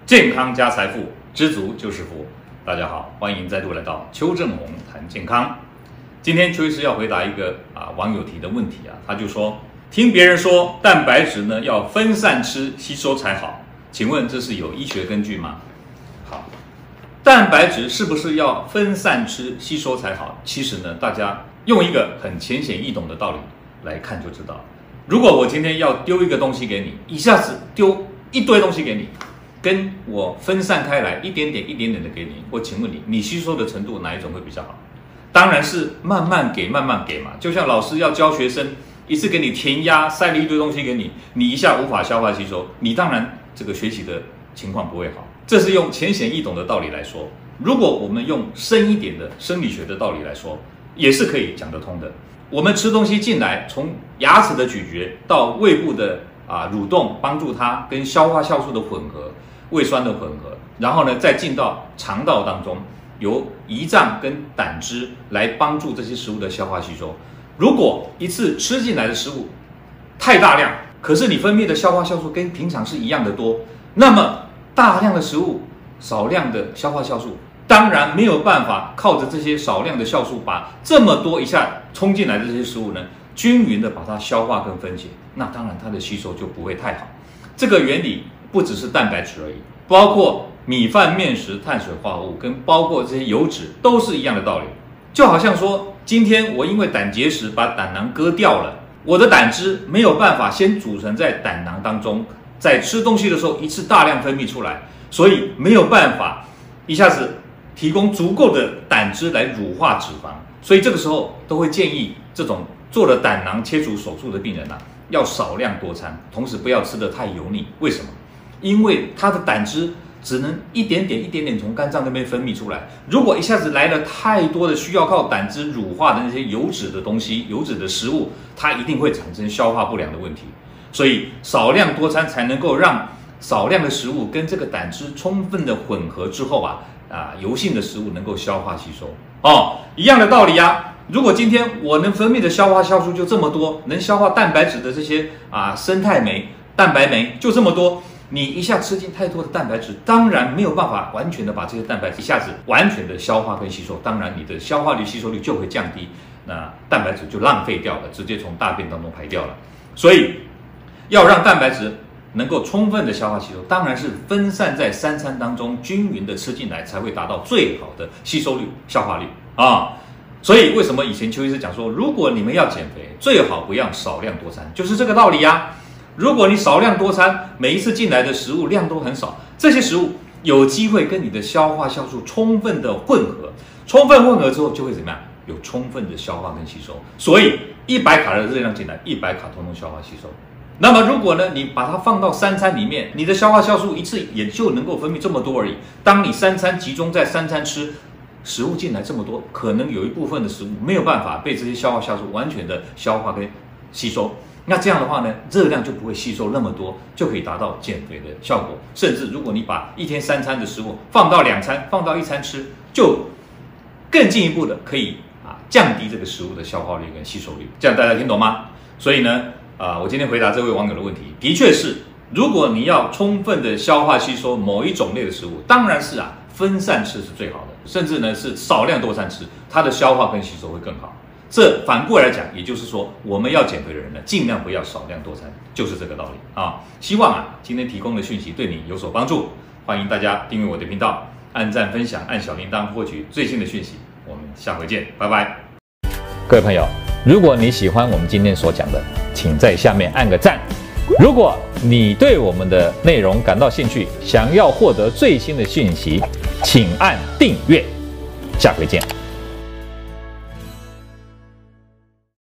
健康加财富，知足就是福。大家好，欢迎再度来到邱正红谈健康。今天邱医师要回答一个网友提的问题他就说，听别人说蛋白质呢要分散吃吸收才好，请问这是有医学根据吗？好，蛋白质是不是要分散吃吸收才好？其实呢，大家用一个很浅显易懂的道理来看就知道。如果我今天要丢一个东西给你，一下子丢一堆东西给你，跟我分散开来一点点的给你，我请问你吸收的程度哪一种会比较好？当然是慢慢给嘛。就像老师要教学生，一次给你填鸭，塞了一堆东西给你，你一下无法消化吸收，你当然这个学习的情况不会好。这是用浅显易懂的道理来说。如果我们用深一点的生理学的道理来说，也是可以讲得通的。我们吃东西进来，从牙齿的咀嚼到胃部的蠕动，帮助它跟消化酵素的混合、胃酸的混合，然后呢再进到肠道当中，由胰脏跟胆汁来帮助这些食物的消化吸收。如果一次吃进来的食物太大量，可是你分泌的消化酵素跟平常是一样的多，那么大量的食物，少量的消化酵素，当然没有办法靠着这些少量的酵素把这么多一下冲进来的这些食物呢，均匀的把它消化跟分解，那当然它的吸收就不会太好。这个原理不只是蛋白质而已，包括米饭、面食、碳水化合物跟包括这些油脂都是一样的道理。就好像说，今天我因为胆结石把胆囊割掉了，我的胆汁没有办法先储存在胆囊当中，在吃东西的时候一次大量分泌出来，所以没有办法一下子提供足够的胆汁来乳化脂肪，所以这个时候都会建议这种做了胆囊切除手术的病人要少量多餐，同时不要吃得太油腻。为什么？因为他的胆汁只能一点点从肝脏那边分泌出来，如果一下子来了太多的需要靠胆汁乳化的那些油脂的东西、油脂的食物，它一定会产生消化不良的问题。所以少量多餐才能够让少量的食物跟这个胆汁充分的混合之后油性的食物能够消化吸收一样的道理如果今天我能分泌的消化酵素就这么多，能消化蛋白质的这些生态酶、蛋白酶就这么多，你一下吃进太多的蛋白质，当然没有办法完全的把这些蛋白质一下子完全的消化跟吸收，当然你的消化率、吸收率就会降低，那蛋白质就浪费掉了，直接从大便当中排掉了。所以要让蛋白质能够充分的消化吸收，当然是分散在三餐当中，均匀的吃进来，才会达到最好的吸收率、消化率所以为什么以前邱医师讲说，如果你们要减肥，最好不要少量多餐，就是这个道理如果你少量多餐，每一次进来的食物量都很少，这些食物有机会跟你的消化酵素充分的混合，充分混合之后就会怎么样？有充分的消化跟吸收，所以100卡的热量进来，100卡通通消化吸收。那么如果呢，你把它放到三餐里面，你的消化酵素一次也就能够分泌这么多而已。当你三餐集中在三餐吃，食物进来这么多，可能有一部分的食物没有办法被这些消化酵素完全的消化跟吸收。那这样的话呢，热量就不会吸收那么多，就可以达到减肥的效果。甚至如果你把一天3餐的食物放到2餐，放到1餐吃，就更进一步的可以降低这个食物的消化率跟吸收率。这样大家听懂吗？所以呢，我今天回答这位网友的问题，的确是，如果你要充分的消化吸收某一种类的食物，当然是分散吃是最好的，甚至呢是少量多餐吃，它的消化跟吸收会更好。这反过来讲，也就是说，我们要减肥的人呢，尽量不要少量多餐，就是这个道理希望今天提供的讯息对你有所帮助，欢迎大家订阅我的频道，按赞分享，按小铃铛获取最新的讯息。我们下回见，拜拜。 各位朋友，如果你喜欢我们今天所讲的，请在下面按个赞。如果你对我们的内容感到兴趣，想要获得最新的讯息，请按订阅。下回见。